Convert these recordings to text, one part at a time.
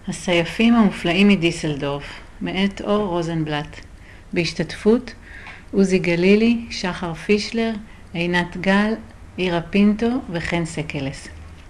הסייפים המופלאים מדיסלדורף, מאת אור רוזנבלט, בהשתתפות עוזי גלילי, שחר פישלר, עינת גל, עירה פינטו וחן סקלס.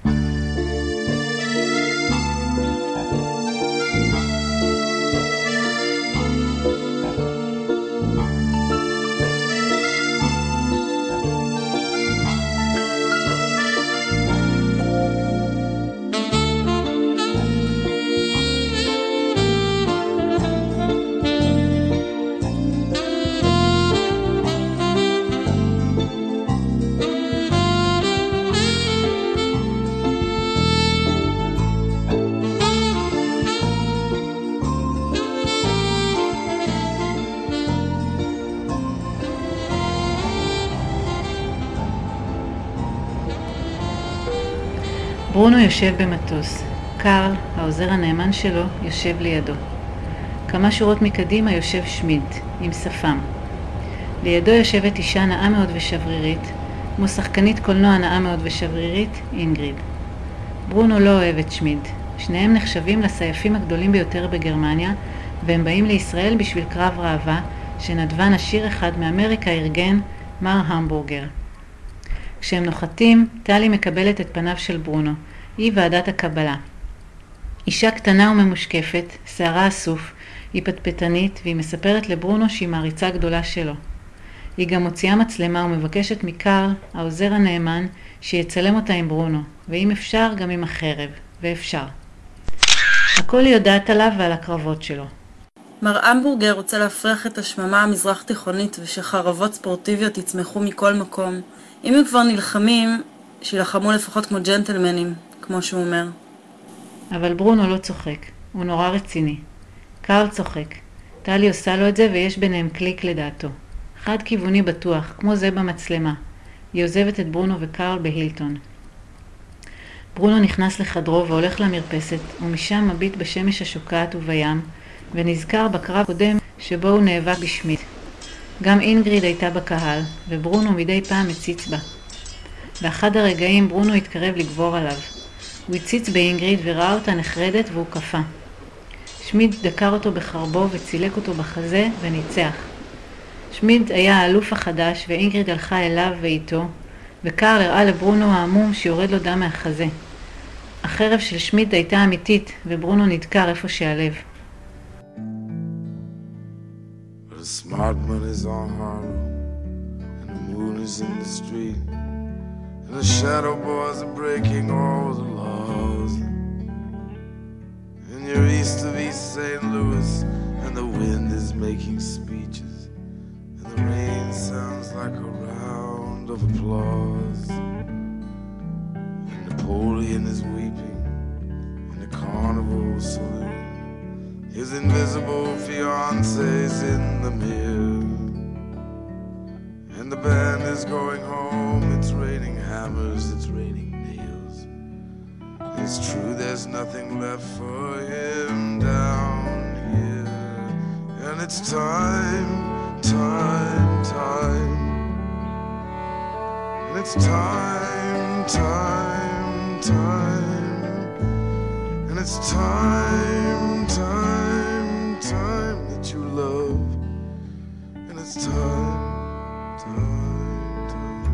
ברונו יושב במטוס. קארל, העוזר הנאמן שלו, יושב לידו. כמה שורות מקדימה יושב שמיד, עם שפם. לידו יושבת אישה נאה מאוד ושברירית, כמו שחקנית קולנוע נאה מאוד ושברירית, אינגריד. ברונו לא אוהב את שמיד. שניהם נחשבים לסייפים הגדולים ביותר בגרמניה, והם באים לישראל בשביל קרב ראווה, שנדבן עשיר אחד מאמריקה ארגן, מר המבורגר. כשהם נוחתים, טלי מקבלת את פניו של ברונו. היא ועדת הקבלה. אישה קטנה וממושקפת, שערה אסוף, היא פטפטנית, והיא מספרת לברונו שהיא מעריצה גדולה שלו. היא גם מוציאה מצלמה ומבקשת מקארל, העוזר הנאמן, שיצלם אותה עם ברונו, ואם אפשר גם עם החרב, ואפשר. הכל היא יודעת עליו ועל הקרבות שלו. מר המבורגר רוצה להפריח את השממה המזרח תיכונית ושחרבות ספורטיביות יצמחו מכל מקום. אם הם כבר נלחמים, שילחמו לפחות כמו ג'נטלמנים, כמו שהוא אומר. אבל ברונו לא צוחק, הוא נורא רציני. קארל צוחק. טלי עושה לו את זה ויש ביניהם קליק לדעתו. חד כיווני בטוח, כמו זה במצלמה. היא עוזבת את ברונו וקארל בהילטון. ברונו נכנס לחדרו והולך למרפסת, ומשם מביט בשמש השוקעת ובים, ונזכר בקרב קודם שבו הוא נאבק בשמיד. גם אינגריד הייתה בקהל, וברונו מדי פעם הציץ בה. באחד הרגעים ברונו התקרב לגבור עליו. הוא הציץ באינגריד וראה אותה נחרדת והוא קפה. שמיד דקר אותו בחרבו וצילק אותו בחזה וניצח. שמיד היה האלוף החדש ואינגריד הלכה אליו ואיתו, וקארל הראה לברונו העמום שיורד לו דם מהחזה. החרב של שמיד הייתה אמיתית וברונו נדקר איפה שהלב. The smart man is on Harlem, and the moon is in the street, and the shadow boys are breaking all the laws. And you're east of East St. Louis, and the wind is making speeches, and the rain sounds like a round of applause. And Napoleon is weeping in the carnival saloon. His invisible fiancé's in the mirror, and the band is going home. It's raining hammers, it's raining nails. It's true there's nothing left for him down here, and it's time, time, time, and it's time, time, time, and it's time, time, time that you love, and it's time, time, time.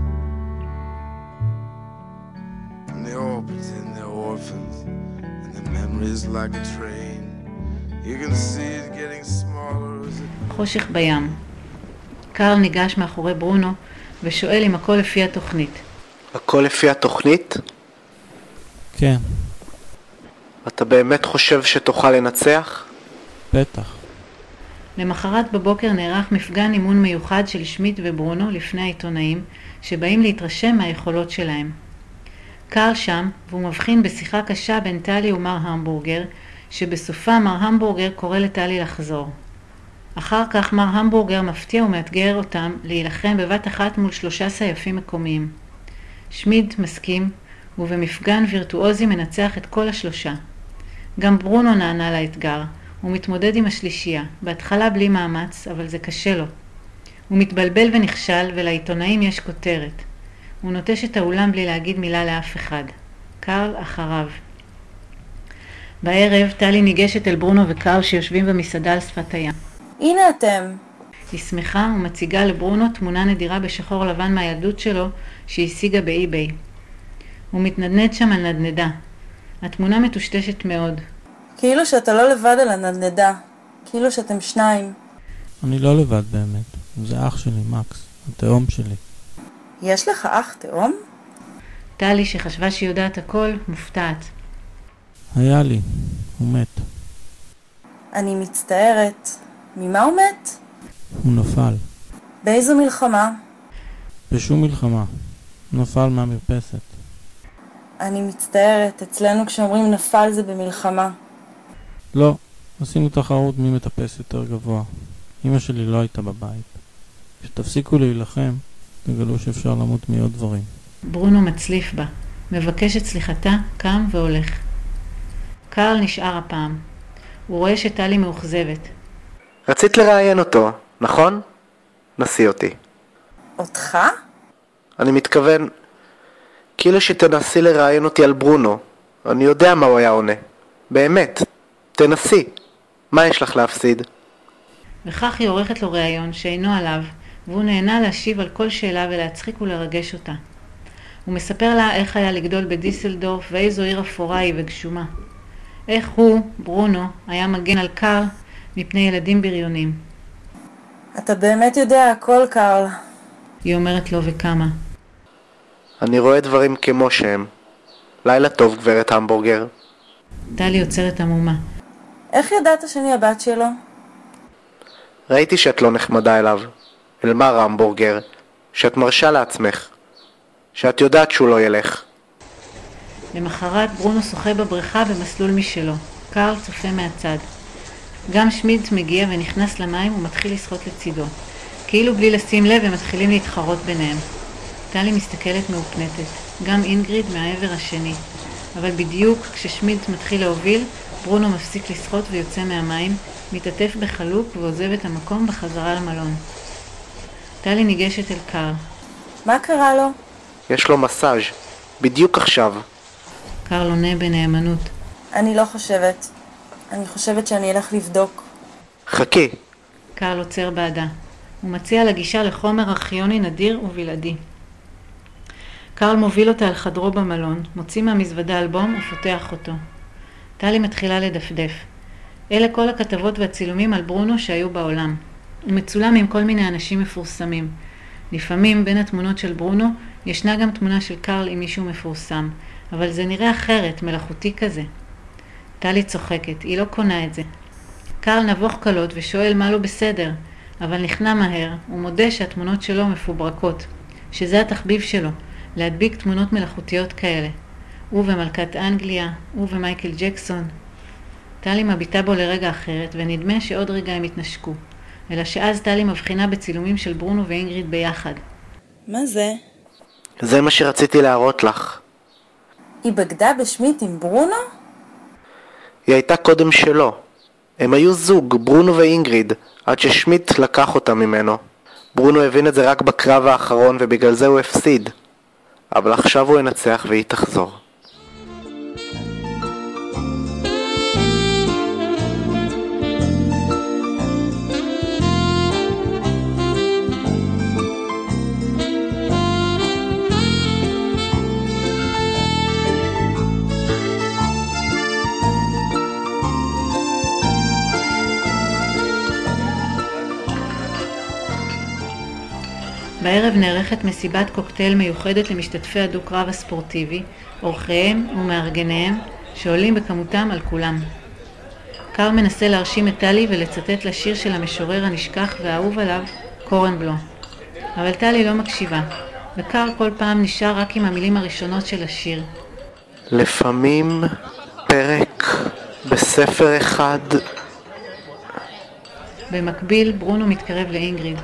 And they all pretend they're orphans, and the memory's like a train. You can see it getting smaller as it... חושך בים. קארל ניגש מאחורי ברונו ושואל אם הכל לפי התוכנית. הכל לפי התוכנית? כן. אתה באמת חושב שתוכל לנצח? בטח. למחרת בבוקר נערך מפגן אימון מיוחד של שמיד וברונו לפני העיתונאים שבאים להתרשם מהיכולות שלהם. קארל שם והוא מבחין בשיחה קשה בין טלי ומר המבורגר שבסופה מר המבורגר קורא לטלי לחזור. אחר כך מר המבורגר מפתיע ומאתגר אותם להילחם בבת אחת מול 3 סייפים מקומיים. שמיד מסכים ובמפגן וירטואוזי מנצח את כל 3. גם ברונו נענה לאתגר, הוא מתמודד עם השלישייה, בהתחלה בלי מאמץ, אבל זה קשה לו. הוא מתבלבל ונכשל ולעיתונאים יש כותרת. הוא נוטש את האולם בלי להגיד מילה לאף אחד. קארל אחריו. בערב טלי ניגשת אל ברונו וקרל שיושבים במסעדה על שפת הים. הנה אתם. היא שמחה ומציגה לברונו תמונה נדירה בשחור לבן מהילדות שלו שהשיגה באי-ביי. הוא מתנדנד שם על נדנדה. התמונה מטושטשת מאוד. כאילו שאתה לא לבד על הנדנדה. כאילו שאתם שניים. אני לא לבד באמת. זה אח שלי, מקס. התאום שלי. יש לך אח תאום? טלי, שחשבה שהיא יודעת הכל, מופתעת. היה לי. הוא מת. אני מצטערת. ממה הוא מת? הוא נפל. באיזו מלחמה? בשום מלחמה. נפל מהמרפסת. אני מצטערת. אצלנו כשאומרים נפל זה במלחמה. לא. עשינו תחרות מי מטפס יותר גבוה. אמא שלי לא הייתה בבית. כשתפסיקו להילחם, תגלו שאפשר למות מעוד דברים. ברונו מצליף בה. מבקש את סליחתה, קם והולך. קרל נשאר הפעם. הוא רואה שטלי מאוכזבת. רצית לראיין אותו, נכון? נסי אותי. אותך? אני מתכוון, כאילו שתנסי לראיין אותי על ברונו. אני יודע מה הוא היה עונה. באמת, תנסי. מה יש לך להפסיד? וכך היא עורכת לו ראיון שאינו עליו, והוא נהנה להשיב על כל שאלה ולהצחיק ולרגש אותה. הוא מספר לה איך היה לגדול בדיסלדורף ואיזו עיר אפורה היא וגשומה. איך הוא, ברונו, היה מגן על קרל מפני ילדים בריונים. אתה באמת יודע הכל, קרל. היא אומרת לו וקמה. אני רואה דברים כמו שהם. לילה טוב, גברת המבורגר. טלי יוצרת עמומה. איך ידעת שאני הבת שלו? ראיתי שאת לא נחמדה אליו, אל מר המבורגר, שאת מרשה לעצמך, שאת יודעת שהוא לא ילך. למחרת ברונו שוחה בבריכה במסלול משלו. קרל צופה מהצד. גם שמידט מגיע ונכנס למים ומתחיל לשחות לצידו. כאילו בלי לשים לב הם מתחילים להתחרות ביניהם. טלי מסתכלת מאופנתת. גם אינגריד מהעבר השני. אבל בדיוק כששמידט מתחיל להוביל, ברונו מפסיק לשחות ויוצא מהמים, מתעטף בחלוק ועוזב את המקום בחזרה למלון. טלי ניגשת אל קרל. מה קרה לו? יש לו מסאז' בדיוק עכשיו. קרל עונה בנאמנות. אני לא חושבת. אני חושבת שאני אלך לבדוק. חכי. קרל עוצר בעדה. הוא מציע לגישה לחומר ארכיוני נדיר ובלעדי. קרל מוביל אותה אל חדרו במלון, מוציא מהמזוודה אלבום ופותח אותו. טלי מתחילה לדפדף. אלה כל הכתבות והצילומים על ברונו שהיו בעולם. הוא מצולם עם כל מיני אנשים מפורסמים. לפעמים בין התמונות של ברונו ישנה גם תמונה של קרל עם מישהו מפורסם, אבל זה נראה אחרת, מלאכותי כזה. טלי צוחקת, היא לא קונה את זה. קרל נבוך קלות ושואל מה לא בסדר, אבל נכנע מהר, הוא מודה שהתמונות שלו מפוברקות, שזה התחביב שלו, להדביק תמונות מלאכותיות כאלה. הוא ומלכת אנגליה, הוא ומייקל ג'קסון. טלי מביטה בו לרגע אחרת, ונדמה שעוד רגע הם התנשקו, אלא שאז טלי מבחינה בצילומים של ברונו ואינגריד ביחד. מה זה? זה מה שרציתי להראות לך. היא בגדה בשמיט עם ברונו? היא הייתה קודם שלו. הם היו זוג, ברונו ואינגריד, עד ששמיט לקח אותה ממנו. ברונו הבין את זה רק בקרב האחרון ובגלל זה הוא הפסיד. אבל עכשיו הוא ינצח והיא תחזור. בערב נערכת מסיבת קוקטייל מיוחדת למשתתפי הדו-קרב הספורטיבי, אורחיהם ומארגניהם שעולים בכמותם על כולם. קרל מנסה להרשים את טלי ולצטט לשיר של המשורר הנשכח והאהוב עליו, קורנבלו. אבל טלי לא מקשיבה, וקרל כל פעם נשאר רק עם המילים הראשונות של השיר. לפעמים פרק בספר אחד. במקביל ברונו מתקרב לאינגריד.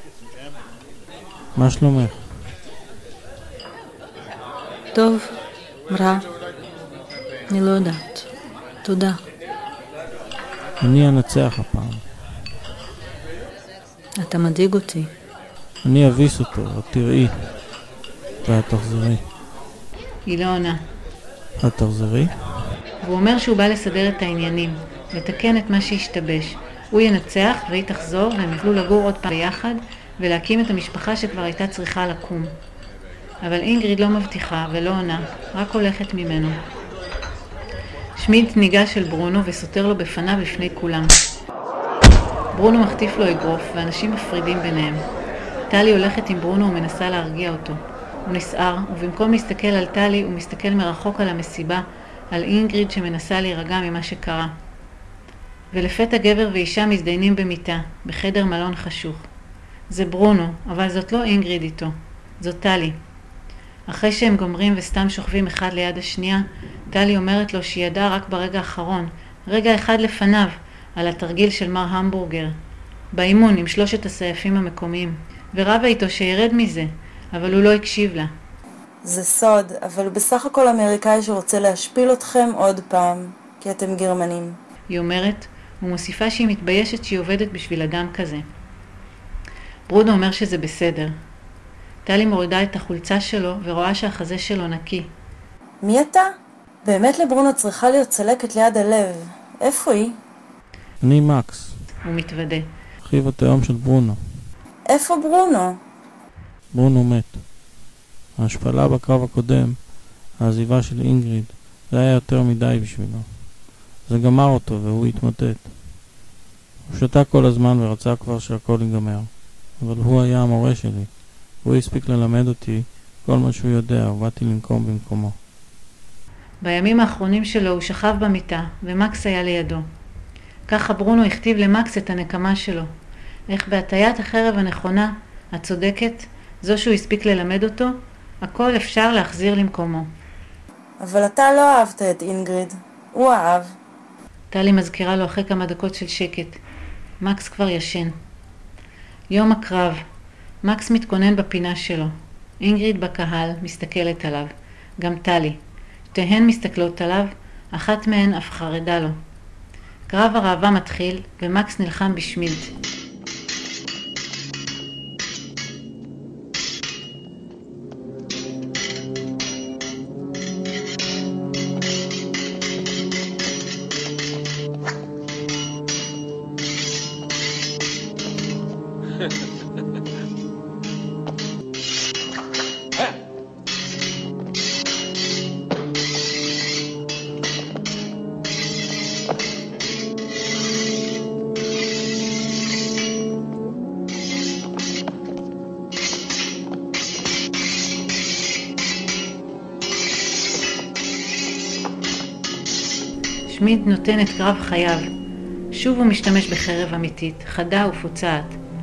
מה שלומך? טוב, רע. אני לא יודעת. תודה. אני אנצח הפעם. אתה מדאיג אותי. אני אביס אותו, את תראי. ואת תחזרי. היא לא עונה. את תחזרי? והוא אומר שהוא בא לסדר את העניינים, לתקן את מה שהשתבש. הוא ינצח והיא תחזור והם יוכלו לגור עוד פעם ביחד ולהקים את המשפחה שכבר הייתה צריכה לקום. אבל אינגריד לא מבטיחה ולא עונה, רק הולכת ממנו. שמיד ניגש אל ברונו וסותר לו בפניו לפני כולם. ברונו מחטיף לו אגרוף ואנשים מפרידים ביניהם. טלי הולכת עם ברונו ומנסה להרגיע אותו. הוא נסער, ובמקום להסתכל על טלי הוא מסתכל מרחוק על המסיבה, על אינגריד שמנסה להירגע ממה שקרה. ולפתע גבר ואישה מזדיינים במיטה, בחדר מלון חשוך. זה ברונו, אבל זאת לא אינגריד איתו, זאת טלי. אחרי שהם גומרים וסתם שוכבים אחד ליד השנייה, טלי אומרת לו שהיא ידעה רק ברגע האחרון, רגע אחד לפניו, על התרגיל של מר המבורגר. באימון עם 3 הסייפים המקומיים, ורבה איתו שירד מזה, אבל הוא לא הקשיב לה. זה סוד, אבל הוא בסך הכל אמריקאי שרוצה להשפיל אתכם עוד פעם, כי אתם גרמנים. היא אומרת, ומוסיפה שהיא מתביישת שהיא עובדת בשביל אדם כזה. ברונו אומר שזה בסדר. טלי מורידה את החולצה שלו ורואה שהחזה שלו נקי. מי אתה? באמת לברונו צריכה להיות צלקת ליד הלב. איפה היא? אני מקס, הוא מתוודה. אחיו התאום של ברונו. איפה ברונו? ברונו מת. ההשפלה בקרב הקודם, העזיבה של אינגריד, זה היה יותר מדי בשבילו. זה גמר אותו והוא התמוטט. הוא שתה כל הזמן ורצה כבר שהכל ייגמר. אבל הוא היה המורה שלי. הוא הספיק ללמד אותי כל מה שהוא יודע, ובאתי לנקום במקומו. בימים האחרונים שלו הוא שכב במיטה, ומקס היה לידו. ככה ברונו הכתיב למקס את הנקמה שלו. איך בהטיית החרב הנכונה, הצודקת, זו שהוא הספיק ללמד אותו, הכל אפשר להחזיר למקומו. אבל אתה לא אהבת את אינגריד. הוא אהב. טלי מזכירה לו אחרי כמה דקות של שקט. מקס כבר ישן. יום הקרב. מקס מתכונן בפינה שלו. אינגריד בקהל מסתכלת עליו. גם טלי. שתיהן מסתכלות עליו, אחת מהן אף חרדה לו. קרב הראווה מתחיל ומקס נלחם בשמיד. שמיד נותן את קרב חייו. שוב הוא משתמש בחרב אמיתית, חדה ופוצעת.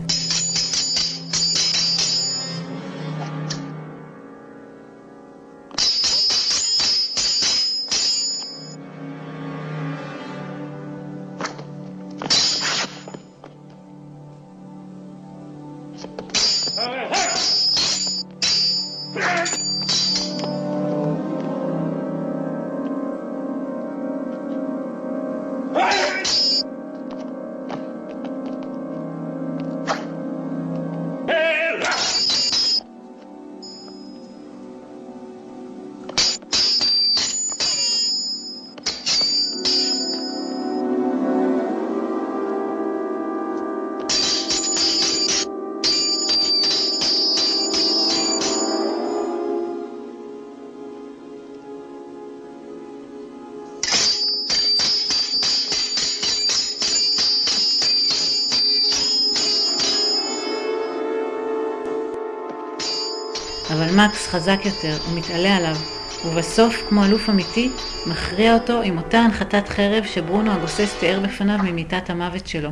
אבל מקס חזק יותר, הוא מתעלה עליו, ובסוף, כמו אלוף אמיתי, מכריע אותו עם אותה הנחתת חרב שברונו הגוסס תיאר בפניו ממיטת המוות שלו.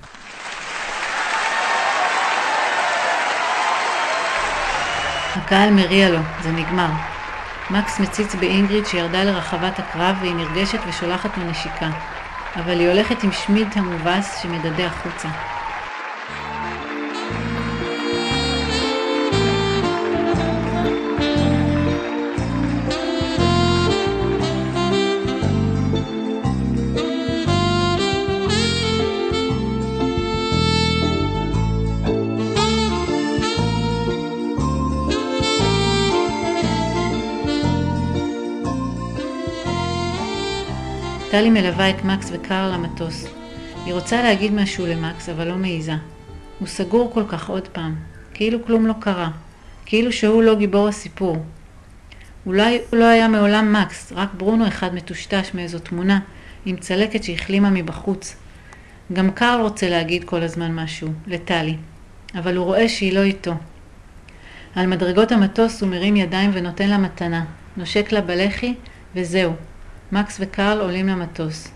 הקהל מריע לו, זה נגמר. מקס מציץ באינגריד שירדה לרחבת הקרב והיא נרגשת ושולחת לו נשיקה, אבל היא הולכת עם שמיד המובס שמדדה החוצה. טלי מלווה את מקס וקרל למטוס. היא רוצה להגיד משהו למקס, אבל לא מעיזה. הוא סגור כל כך עוד פעם, כאילו כלום לא קרה, כאילו שהוא לא גיבור הסיפור. אולי הוא לא היה מעולם מקס, רק ברונו אחד מטושטש מאיזו תמונה, עם צלקת שהחלימה מבחוץ. גם קרל רוצה להגיד כל הזמן משהו, לטלי, אבל הוא רואה שהיא לא איתו. על מדרגות המטוס הוא מרים ידיים ונותן לה מתנה, נושק לה בלחי, וזהו. מקס וקרל עולים למטוס.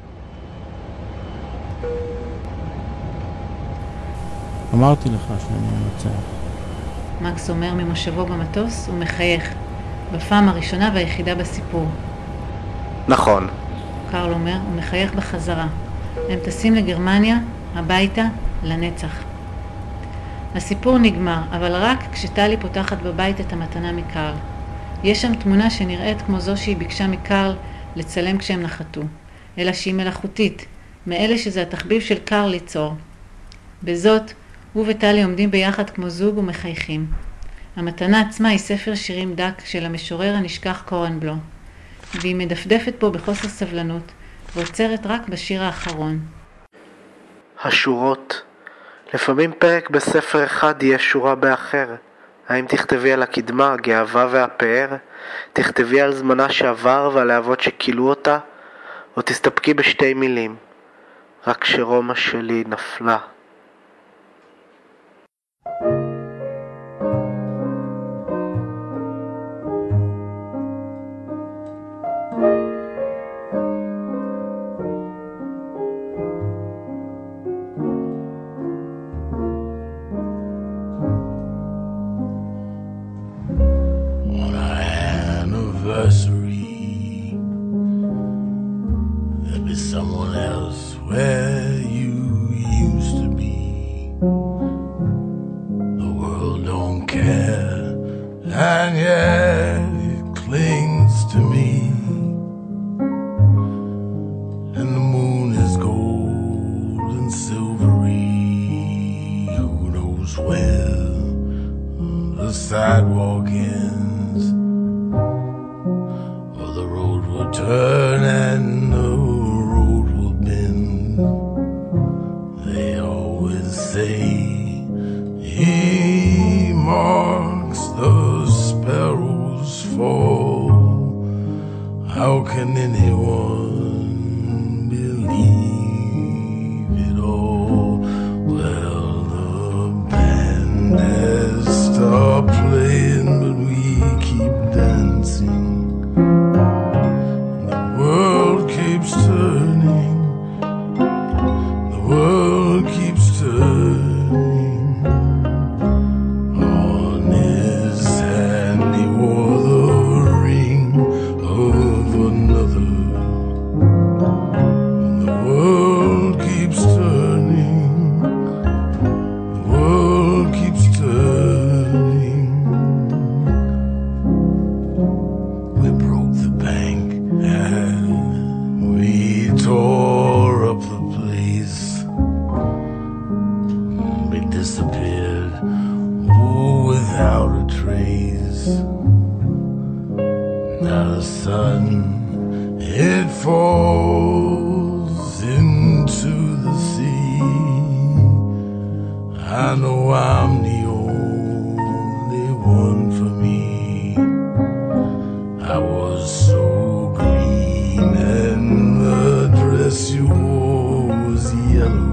אמרתי לך שאני אנצח. מקס אומר ממושבו במטוס ומחייך, בפעם הראשונה והיחידה בסיפור. נכון. קרל אומר ומחייך בחזרה. הם טסים לגרמניה, הביתה, לנצח. הסיפור נגמר, אבל רק כשטלי פותחת בבית את המתנה מקרל. יש שם תמונה שנראית כמו זו שהיא ביקשה מקרל לצלם כשהם נחתו, אלא שהיא מלאכותית, מאלה שזה התחביב של קרל ליצור. בזאת, הוא וטלי עומדים ביחד כמו זוג ומחייכים. המתנה עצמה היא ספר שירים דק של המשורר הנשכח קורן בלו, והיא מדפדפת פה בחוסר סבלנות, ועוצרת רק בשיר האחרון. השורות. לפעמים פרק בספר אחד יהיה שורה באחר. האם תכתבי על הקדמה, הגאווה והפאר? תכתבי על זמנה שעבר ועל האבות שכילו אותה? או תסתפקי בשתי מילים? רק שרומא שלי נפלה. There'll be someone else where you used to be. The world don't care, and yet it clings to me. And the moon is gold and silvery. Who knows where the sidewalk ends, or the road will turn and the road will bend. They always say he marks the sparrows fall. How can anyone believe it all? Well, the band has stopped playing, but we keep dancing. The world keeps turning. The world keeps turning. On his hand he wore the ring of another. The world keeps turning. The world keeps turning. We broke the bank and we tore up the place. We disappeared, oh, without a trace. Now the sun, it falls into the sea. I know I'm the only one for me. I was so green and the dress you wore was yellow.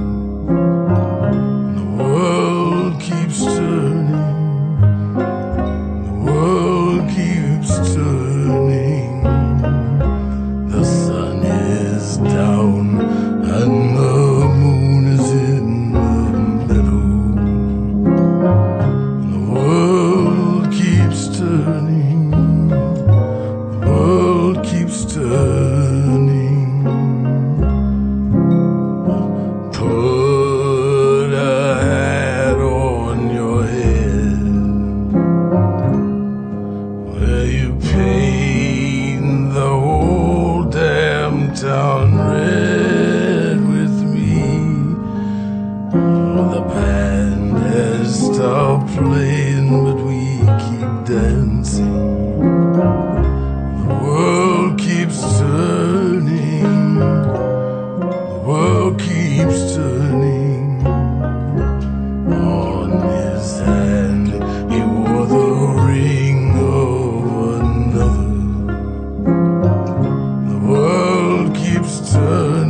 The world keeps turning. The world keeps turning. The sun is down and the moon is in the middle. The world keeps turning. The world keeps turning. Put a hat on your head where you paint the whole damn town red with turn